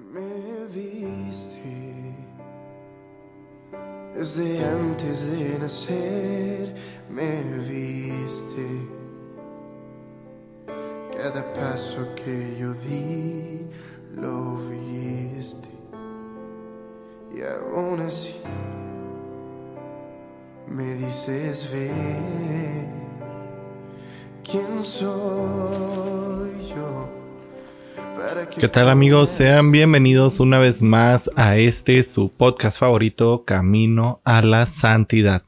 Me viste desde antes de nacer, me viste. Cada paso que yo di lo viste. Y aún así me dices ve, ¿quién soy yo? ¿Qué tal, amigos? Sean bienvenidos una vez más a su podcast favorito, Camino a la Santidad.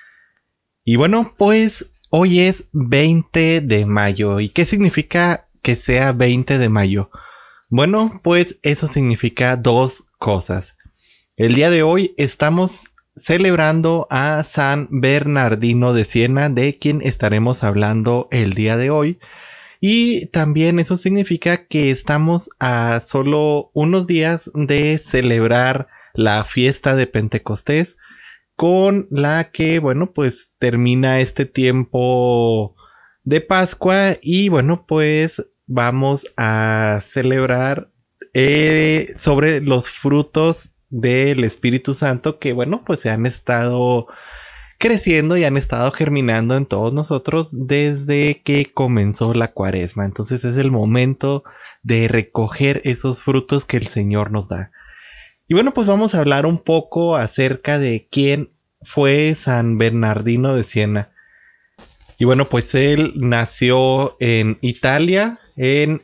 Y bueno, pues hoy es 20 de mayo. ¿Y qué significa que sea 20 de mayo? Bueno, pues eso significa dos cosas. El día de hoy estamos celebrando a San Bernardino de Siena, de quien estaremos hablando el día de hoy. Y también eso significa que estamos a solo unos días de celebrar la fiesta de Pentecostés, con la que, bueno, pues termina este tiempo de Pascua y, bueno, pues vamos a celebrar sobre los frutos del Espíritu Santo que, bueno, pues se han estado creciendo y han estado germinando en todos nosotros desde que comenzó la Cuaresma. Entonces es el momento de recoger esos frutos que el Señor nos da. Y bueno, pues vamos a hablar un poco acerca de quién fue San Bernardino de Siena. Y bueno, pues él nació en Italia en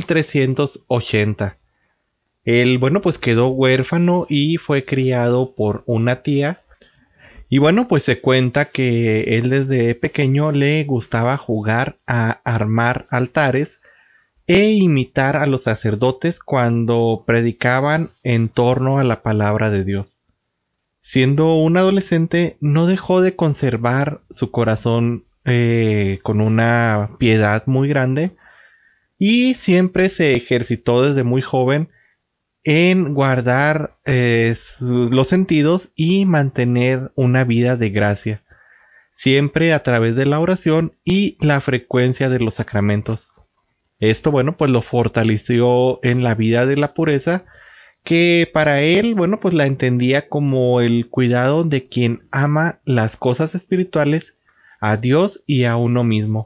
1380. Él, bueno, pues quedó huérfano y fue criado por una tía. Y bueno, pues se cuenta que él desde pequeño le gustaba jugar a armar altares e imitar a los sacerdotes cuando predicaban en torno a la palabra de Dios. Siendo un adolescente, no dejó de conservar su corazón con una piedad muy grande y siempre se ejercitó desde muy joven en guardar los sentidos y mantener una vida de gracia, siempre a través de la oración y la frecuencia de los sacramentos. Esto, bueno, pues lo fortaleció en la vida de la pureza, que para él, bueno, pues la entendía como el cuidado de quien ama las cosas espirituales, a Dios y a uno mismo.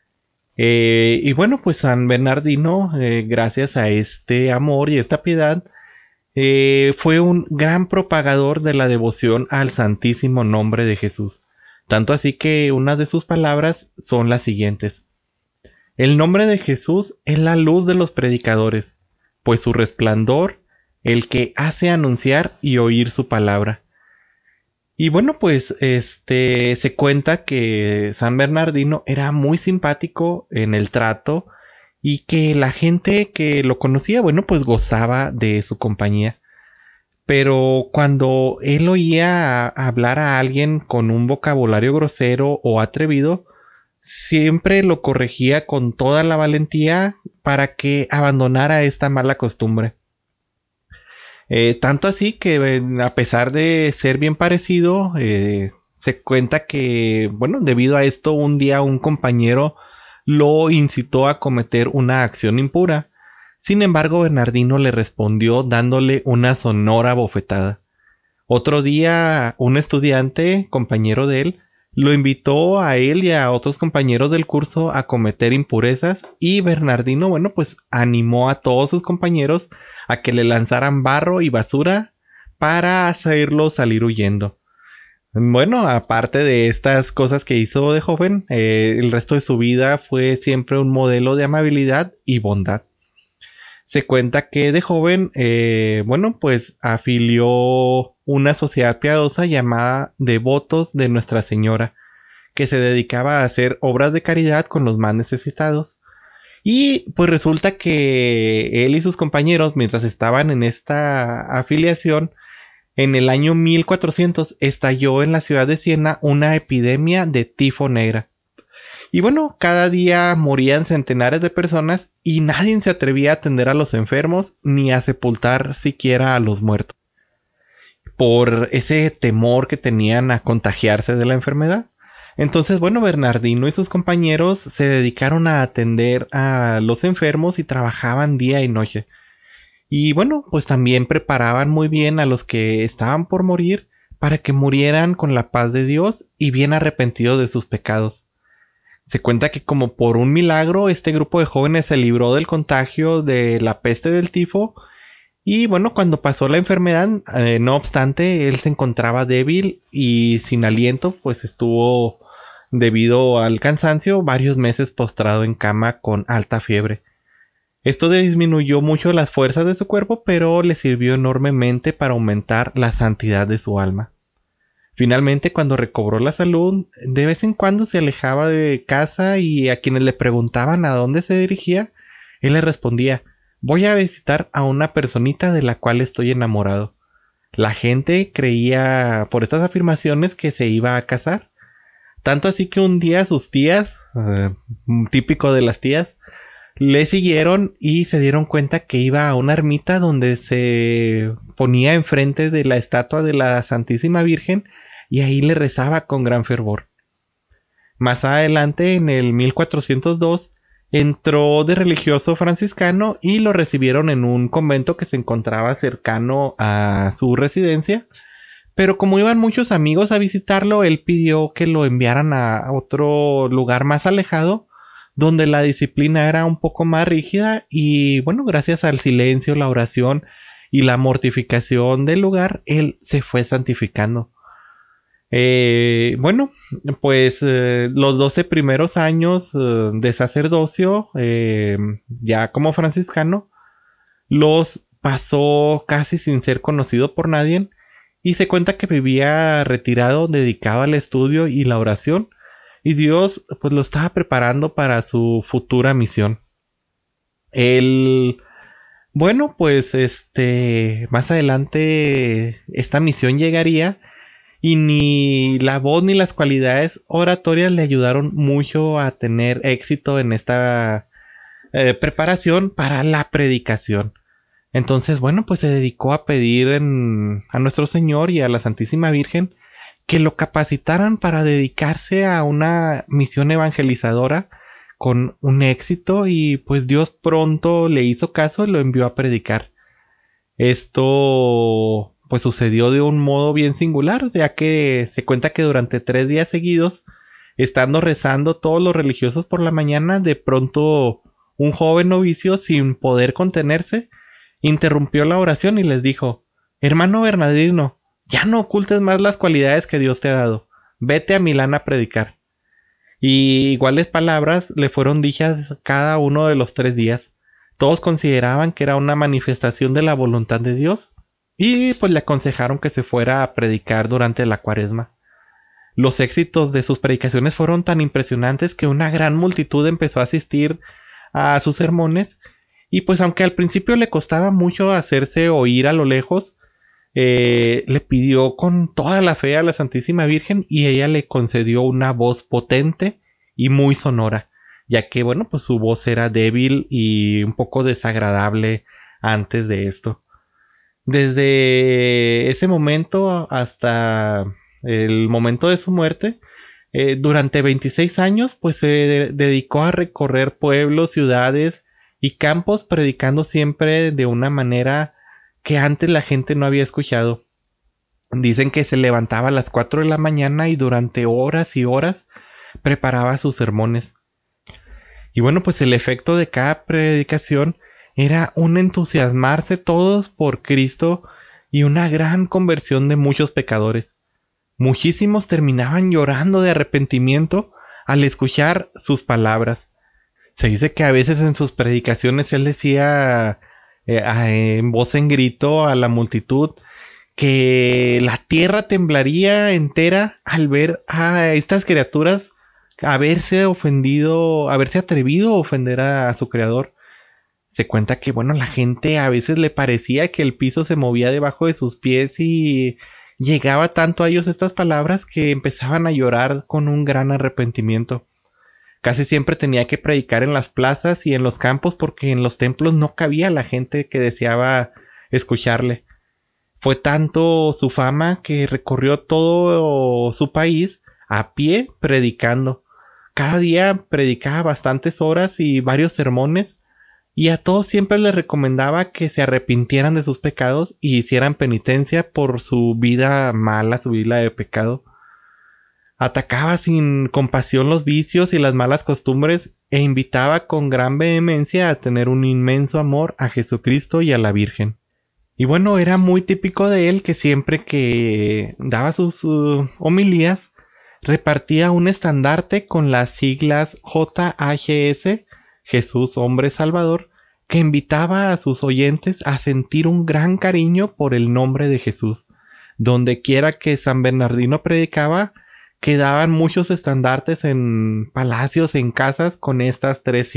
Y bueno, pues San Bernardino, gracias a este amor y esta piedad, fue un gran propagador de la devoción al Santísimo Nombre de Jesús. Tanto así que una de sus palabras son las siguientes: el nombre de Jesús es la luz de los predicadores, pues su resplandor, el que hace anunciar y oír su palabra. Y bueno, pues se cuenta que San Bernardino era muy simpático en el trato y que la gente que lo conocía, bueno, pues gozaba de su compañía. Pero cuando él oía hablar a alguien con un vocabulario grosero o atrevido, siempre lo corregía con toda la valentía para que abandonara esta mala costumbre. Tanto así que a pesar de ser bien parecido, se cuenta que, bueno, debido a esto un día un compañero lo incitó a cometer una acción impura. Sin embargo, Bernardino le respondió dándole una sonora bofetada. Otro día, un estudiante, compañero de él, lo invitó a él y a otros compañeros del curso a cometer impurezas y Bernardino, bueno, pues animó a todos sus compañeros a que le lanzaran barro y basura para hacerlo salir huyendo. Bueno, aparte de estas cosas que hizo de joven, el resto de su vida fue siempre un modelo de amabilidad y bondad. Se cuenta que de joven, bueno, pues afilió una sociedad piadosa llamada Devotos de Nuestra Señora, que se dedicaba a hacer obras de caridad con los más necesitados. Y pues resulta que él y sus compañeros, mientras estaban en esta afiliación, en el año 1400 estalló en la ciudad de Siena una epidemia de tifo negra. Y bueno, cada día morían centenares de personas y nadie se atrevía a atender a los enfermos ni a sepultar siquiera a los muertos, por ese temor que tenían a contagiarse de la enfermedad. Entonces, bueno, Bernardino y sus compañeros se dedicaron a atender a los enfermos y trabajaban día y noche. Y bueno, pues también preparaban muy bien a los que estaban por morir para que murieran con la paz de Dios y bien arrepentidos de sus pecados. Se cuenta que como por un milagro este grupo de jóvenes se libró del contagio de la peste del tifo y bueno, cuando pasó la enfermedad, no obstante, él se encontraba débil y sin aliento, pues estuvo debido al cansancio varios meses postrado en cama con alta fiebre. Esto disminuyó mucho las fuerzas de su cuerpo, pero le sirvió enormemente para aumentar la santidad de su alma. Finalmente, cuando recobró la salud, de vez en cuando se alejaba de casa y a quienes le preguntaban a dónde se dirigía, él les respondía: voy a visitar a una personita de la cual estoy enamorado. La gente creía por estas afirmaciones que se iba a casar. Tanto así que un día sus tías, típico de las tías, le siguieron y se dieron cuenta que iba a una ermita donde se ponía enfrente de la estatua de la Santísima Virgen y ahí le rezaba con gran fervor. Más adelante, en el 1402, entró de religioso franciscano y lo recibieron en un convento que se encontraba cercano a su residencia. Pero como iban muchos amigos a visitarlo, él pidió que lo enviaran a otro lugar más alejado, donde la disciplina era un poco más rígida y bueno, gracias al silencio, la oración y la mortificación del lugar, él se fue santificando. Bueno, pues los 12 primeros años de sacerdocio, ya como franciscano, los pasó casi sin ser conocido por nadie y se cuenta que vivía retirado, dedicado al estudio y la oración, y Dios pues lo estaba preparando para su futura misión. Él, bueno, pues más adelante esta misión llegaría y ni la voz ni las cualidades oratorias le ayudaron mucho a tener éxito en esta preparación para la predicación. Entonces, bueno, pues se dedicó a pedir a nuestro Señor y a la Santísima Virgen que lo capacitaran para dedicarse a una misión evangelizadora con un éxito y pues Dios pronto le hizo caso y lo envió a predicar. Esto pues sucedió de un modo bien singular, ya que se cuenta que durante 3 días seguidos, estando rezando todos los religiosos por la mañana, de pronto un joven novicio, sin poder contenerse, interrumpió la oración y les dijo: hermano Bernardino, ya no ocultes más las cualidades que Dios te ha dado. Vete a Milán a predicar. Y iguales palabras le fueron dichas cada uno de los 3 días. Todos consideraban que era una manifestación de la voluntad de Dios y pues le aconsejaron que se fuera a predicar durante la Cuaresma. Los éxitos de sus predicaciones fueron tan impresionantes que una gran multitud empezó a asistir a sus sermones y pues aunque al principio le costaba mucho hacerse oír a lo lejos, le pidió con toda la fe a la Santísima Virgen y ella le concedió una voz potente y muy sonora, ya que bueno, pues su voz era débil y un poco desagradable antes de esto. Desde ese momento hasta el momento de su muerte, durante 26 años, pues se dedicó a recorrer pueblos, ciudades y campos, predicando siempre de una manera que antes la gente no había escuchado. Dicen que se levantaba a las 4 de la mañana y durante horas y horas preparaba sus sermones. Y bueno, pues el efecto de cada predicación era un entusiasmarse todos por Cristo y una gran conversión de muchos pecadores. Muchísimos terminaban llorando de arrepentimiento al escuchar sus palabras. Se dice que a veces en sus predicaciones él decía en voz en grito a la multitud que la tierra temblaría entera al ver a estas criaturas haberse atrevido a ofender a su creador. Se cuenta que, bueno, la gente a veces le parecía que el piso se movía debajo de sus pies y llegaba tanto a ellos estas palabras que empezaban a llorar con un gran arrepentimiento. Casi siempre tenía que predicar en las plazas y en los campos porque en los templos no cabía la gente que deseaba escucharle. Fue tanto su fama que recorrió todo su país a pie predicando. Cada día predicaba bastantes horas y varios sermones y a todos siempre les recomendaba que se arrepintieran de sus pecados y hicieran penitencia por su vida mala, su vida de pecado. Atacaba sin compasión los vicios y las malas costumbres e invitaba con gran vehemencia a tener un inmenso amor a Jesucristo y a la Virgen. Y bueno, era muy típico de él que siempre que daba sus homilías, repartía un estandarte con las siglas JHS, Jesús Hombre Salvador, que invitaba a sus oyentes a sentir un gran cariño por el nombre de Jesús. Donde quiera que San Bernardino predicaba, quedaban muchos estandartes en palacios, en casas, con estas tres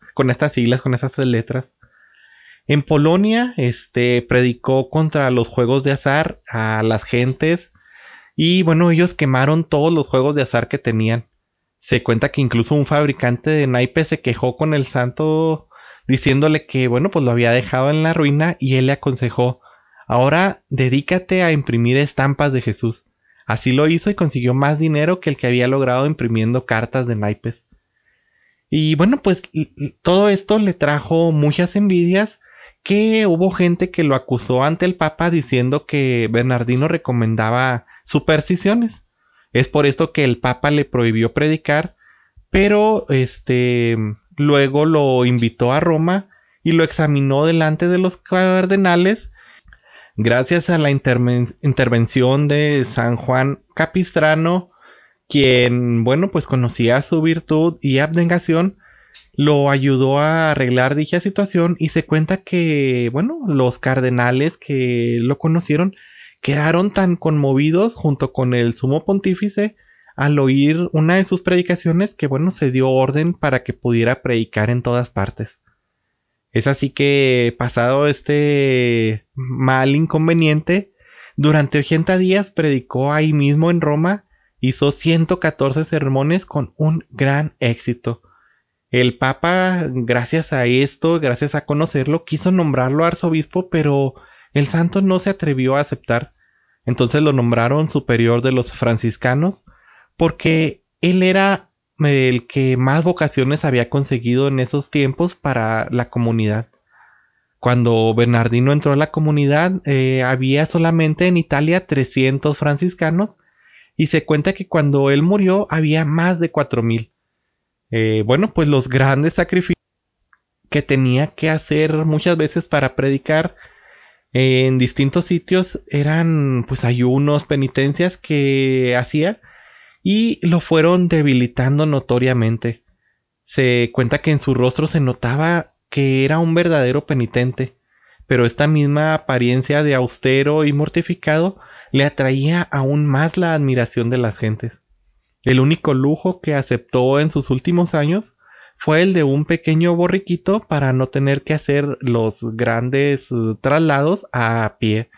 letras. En Polonia, predicó contra los juegos de azar a las gentes y bueno, ellos quemaron todos los juegos de azar que tenían. Se cuenta que incluso un fabricante de naipes se quejó con el santo diciéndole que bueno, pues lo había dejado en la ruina y él le aconsejó: ahora dedícate a imprimir estampas de Jesús. Así lo hizo y consiguió más dinero que el que había logrado imprimiendo cartas de naipes. Y bueno, pues todo esto le trajo muchas envidias, que hubo gente que lo acusó ante el Papa diciendo que Bernardino recomendaba supersticiones. Es por esto que el Papa le prohibió predicar, pero luego lo invitó a Roma y lo examinó delante de los cardenales. Gracias a la intervención de San Juan Capistrano, quien, bueno, pues conocía su virtud y abnegación, lo ayudó a arreglar dicha situación y se cuenta que, bueno, los cardenales que lo conocieron quedaron tan conmovidos junto con el sumo pontífice al oír una de sus predicaciones que, bueno, se dio orden para que pudiera predicar en todas partes. Es así que, pasado este mal inconveniente, durante 80 días predicó ahí mismo en Roma, hizo 114 sermones con un gran éxito. El Papa, gracias a esto, gracias a conocerlo, quiso nombrarlo arzobispo, pero el santo no se atrevió a aceptar. Entonces lo nombraron superior de los franciscanos, porque él era el que más vocaciones había conseguido en esos tiempos para la comunidad. Cuando Bernardino entró a la comunidad, había solamente en Italia 300 franciscanos, y se cuenta que cuando él murió había más de 4,000. Bueno, pues los grandes sacrificios que tenía que hacer muchas veces para predicar en distintos sitios eran pues ayunos, penitencias que hacía, y lo fueron debilitando notoriamente. Se cuenta que en su rostro se notaba que era un verdadero penitente, pero esta misma apariencia de austero y mortificado le atraía aún más la admiración de las gentes. El único lujo que aceptó en sus últimos años fue el de un pequeño borriquito para no tener que hacer los grandes traslados a pie.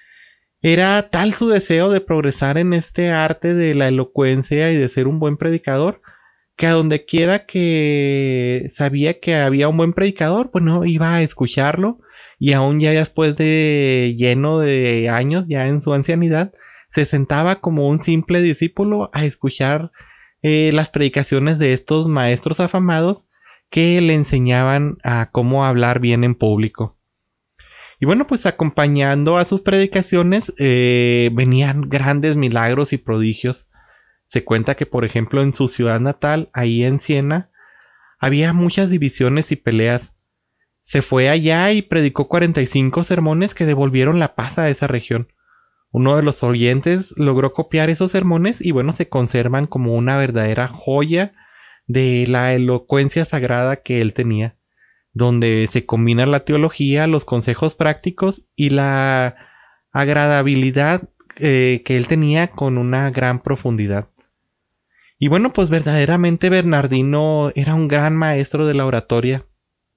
Era tal su deseo de progresar en este arte de la elocuencia y de ser un buen predicador, que a donde quiera que sabía que había un buen predicador, bueno, iba a escucharlo, y aún ya después de lleno de años, ya en su ancianidad, se sentaba como un simple discípulo a escuchar las predicaciones de estos maestros afamados que le enseñaban a cómo hablar bien en público. Y bueno, pues acompañando a sus predicaciones venían grandes milagros y prodigios. Se cuenta que, por ejemplo, en su ciudad natal, ahí en Siena, había muchas divisiones y peleas. Se fue allá y predicó 45 sermones que devolvieron la paz a esa región. Uno de los oyentes logró copiar esos sermones y bueno, se conservan como una verdadera joya de la elocuencia sagrada que él tenía, donde se combina la teología, los consejos prácticos y la agradabilidad que él tenía con una gran profundidad. Y bueno, pues verdaderamente Bernardino era un gran maestro de la oratoria.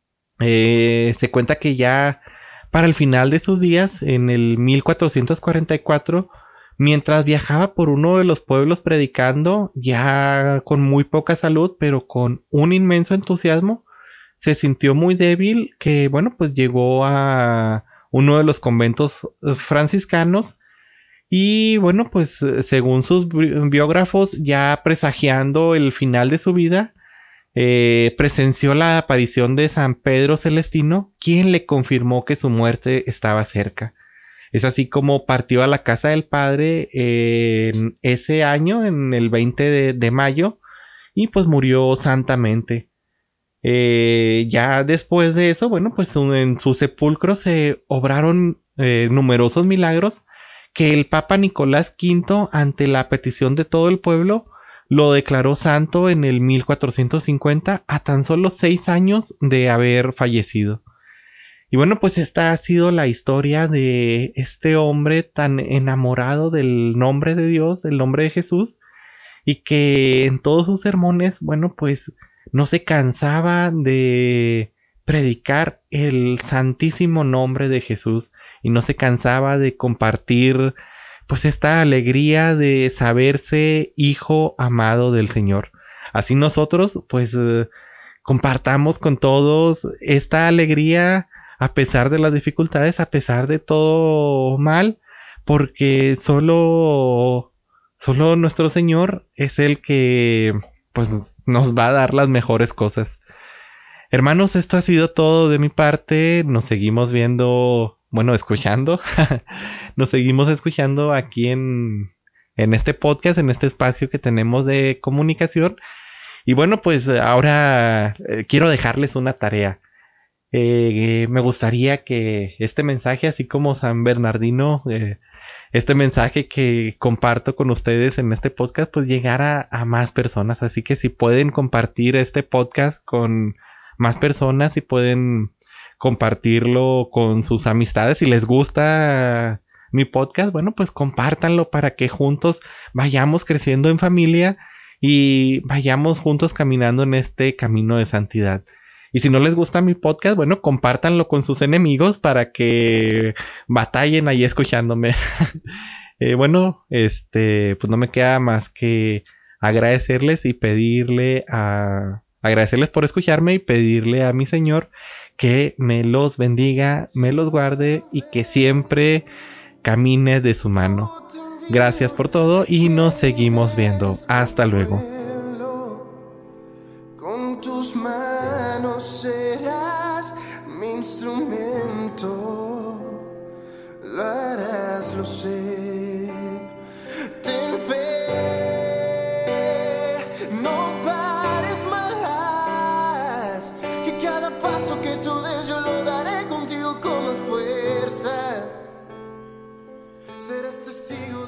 Se cuenta que ya para el final de sus días, en el 1444, mientras viajaba por uno de los pueblos predicando, ya con muy poca salud, pero con un inmenso entusiasmo, se sintió muy débil, que bueno, pues llegó a uno de los conventos franciscanos y bueno, pues según sus biógrafos, ya presagiando el final de su vida, presenció la aparición de San Pedro Celestino, quien le confirmó que su muerte estaba cerca. Es así como partió a la casa del Padre en ese año, en el 20 de mayo, y pues murió santamente. Ya después de eso, bueno, pues en su sepulcro se obraron numerosos milagros que el Papa Nicolás V, ante la petición de todo el pueblo, lo declaró santo en el 1450, a tan solo 6 años de haber fallecido. Y bueno, pues esta ha sido la historia de este hombre tan enamorado del nombre de Dios, del nombre de Jesús, y que en todos sus sermones, bueno, pues no se cansaba de predicar el santísimo nombre de Jesús y no se cansaba de compartir pues esta alegría de saberse hijo amado del Señor. Así nosotros pues compartamos con todos esta alegría a pesar de las dificultades, a pesar de todo mal, porque solo nuestro Señor es el que pues nos va a dar las mejores cosas. Hermanos, esto ha sido todo de mi parte. Nos seguimos viendo, bueno, escuchando. Nos seguimos escuchando aquí en este podcast, en este espacio que tenemos de comunicación. Y bueno, pues ahora quiero dejarles una tarea. Me gustaría que este mensaje, así como San Bernardino, este mensaje que comparto con ustedes en este podcast, pues llegara a más personas. Así que si pueden compartir este podcast con más personas, si pueden compartirlo con sus amistades, si les gusta mi podcast, bueno, pues compártanlo para que juntos vayamos creciendo en familia y vayamos juntos caminando en este camino de santidad. Y si no les gusta mi podcast, bueno, compártanlo con sus enemigos para que batallen ahí escuchándome. Bueno, pues no me queda más que agradecerles y agradecerles por escucharme y pedirle a mi Señor que me los bendiga, me los guarde y que siempre camine de su mano. Gracias por todo y nos seguimos viendo. Hasta luego. Con tus manos serás mi instrumento, lo harás, lo sé. Ten fe, no pares más, que cada paso que tú des yo lo daré contigo con más fuerza. Serás testigo